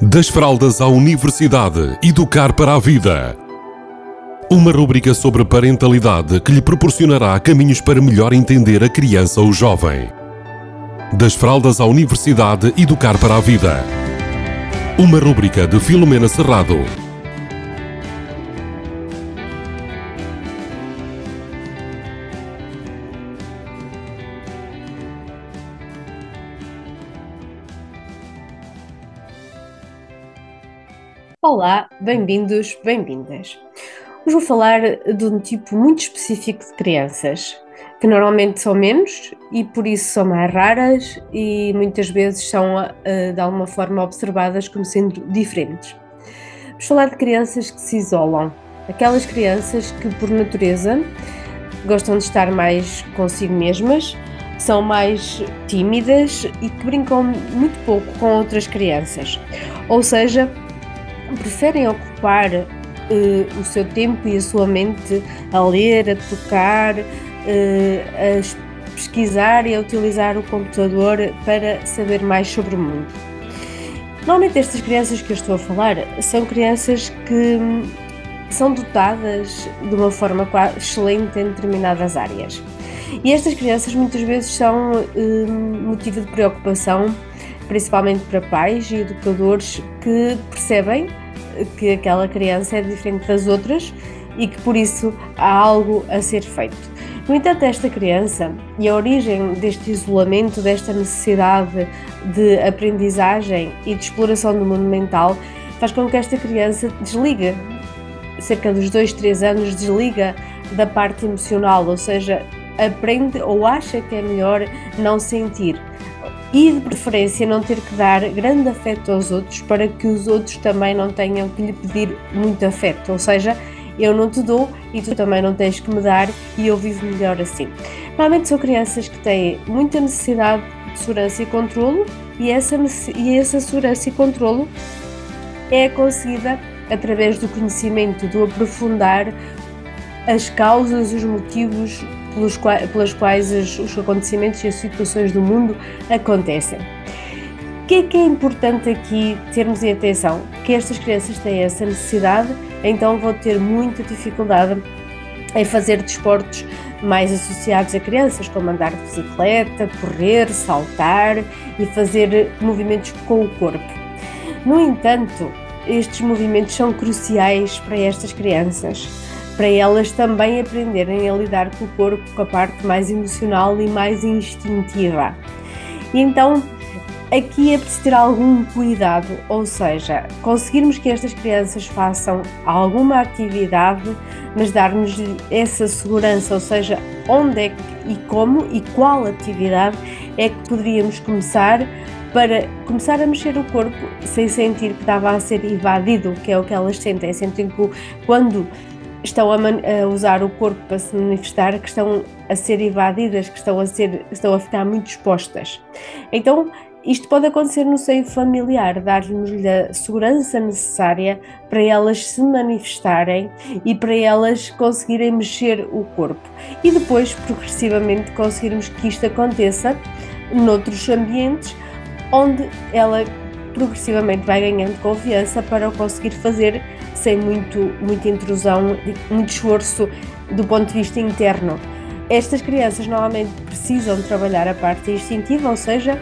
Das fraldas à universidade, educar para a vida. Uma rúbrica sobre parentalidade que lhe proporcionará caminhos para melhor entender a criança ou jovem. Das fraldas à universidade, educar para a vida. Uma rúbrica de Filomena Serrado. Olá, bem-vindos, bem-vindas. Hoje vou falar de um tipo muito específico de crianças, que normalmente são menos e por isso são mais raras e muitas vezes são de alguma forma observadas como sendo diferentes. Vamos falar de crianças que se isolam, aquelas crianças que por natureza gostam de estar mais consigo mesmas, são mais tímidas e que brincam muito pouco com outras crianças, ou seja, preferem ocupar o seu tempo e a sua mente a ler, a tocar, a pesquisar e a utilizar o computador para saber mais sobre o mundo. Normalmente estas crianças que eu estou a falar são crianças que são dotadas de uma forma excelente em determinadas áreas. E estas crianças muitas vezes são motivo de preocupação, principalmente para pais e educadores que percebem que aquela criança é diferente das outras e que por isso há algo a ser feito. No entanto, esta criança e a origem deste isolamento, desta necessidade de aprendizagem e de exploração do mundo mental, faz com que esta criança desligue, cerca dos 2-3 anos, desliga da parte emocional, ou seja, aprende ou acha que é melhor não sentir. E de preferência não ter que dar grande afeto aos outros para que os outros também não tenham que lhe pedir muito afeto, ou seja, eu não te dou e tu também não tens que me dar e eu vivo melhor assim. Normalmente são crianças que têm muita necessidade de segurança e controlo e essa segurança e controlo é conseguida através do conhecimento, do aprofundar as causas, os motivos pelas quais os acontecimentos e as situações do mundo acontecem. O que é importante aqui termos em atenção? Que estas crianças têm essa necessidade, então vão ter muita dificuldade em fazer desportos mais associados a crianças, como andar de bicicleta, correr, saltar e fazer movimentos com o corpo. No entanto, estes movimentos são cruciais para estas crianças, para elas também aprenderem a lidar com o corpo, com a parte mais emocional e mais instintiva. E então, aqui é preciso ter algum cuidado, ou seja, conseguirmos que estas crianças façam alguma atividade, mas dar-nos essa segurança, ou seja, onde é que, e como e qual atividade é que poderíamos começar para começar a mexer o corpo sem sentir que estava a ser invadido, que é o que elas sentem, sentem que quando estão a usar o corpo para se manifestar, que estão a ser invadidas, que estão a ficar muito expostas. Então, isto pode acontecer no seio familiar, dar-lhes a segurança necessária para elas se manifestarem e para elas conseguirem mexer o corpo. E depois, progressivamente, conseguirmos que isto aconteça noutros ambientes, onde ela progressivamente vai ganhando confiança para o conseguir fazer sem muita intrusão e muito esforço do ponto de vista interno. Estas crianças normalmente precisam trabalhar a parte instintiva, ou seja,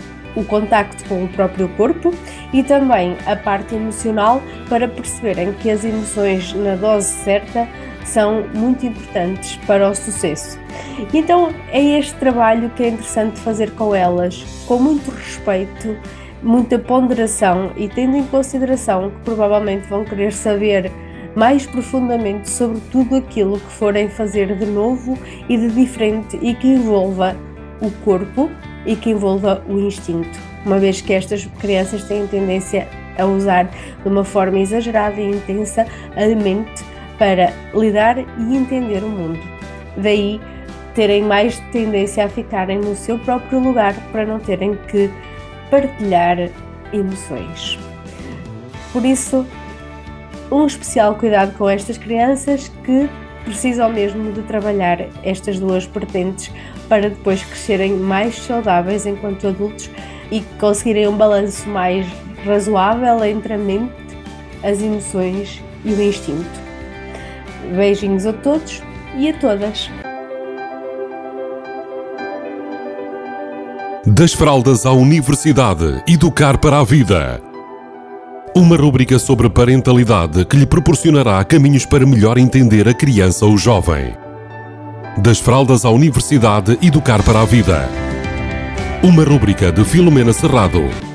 o contacto com o próprio corpo e também a parte emocional para perceberem que as emoções na dose certa são muito importantes para o sucesso. Então é este trabalho que é interessante fazer com elas, com muito respeito, muita ponderação e tendo em consideração que provavelmente vão querer saber mais profundamente sobre tudo aquilo que forem fazer de novo e de diferente e que envolva o corpo e que envolva o instinto, uma vez que estas crianças têm tendência a usar de uma forma exagerada e intensa a mente para lidar e entender o mundo. Daí terem mais tendência a ficarem no seu próprio lugar para não terem que partilhar emoções. Por isso, um especial cuidado com estas crianças que precisam mesmo de trabalhar estas duas vertentes para depois crescerem mais saudáveis enquanto adultos e conseguirem um balanço mais razoável entre a mente, as emoções e o instinto. Beijinhos a todos e a todas! Das fraldas à universidade, educar para a vida. Uma rúbrica sobre parentalidade que lhe proporcionará caminhos para melhor entender a criança ou jovem. Das fraldas à universidade, educar para a vida. Uma rúbrica de Filomena Serrado.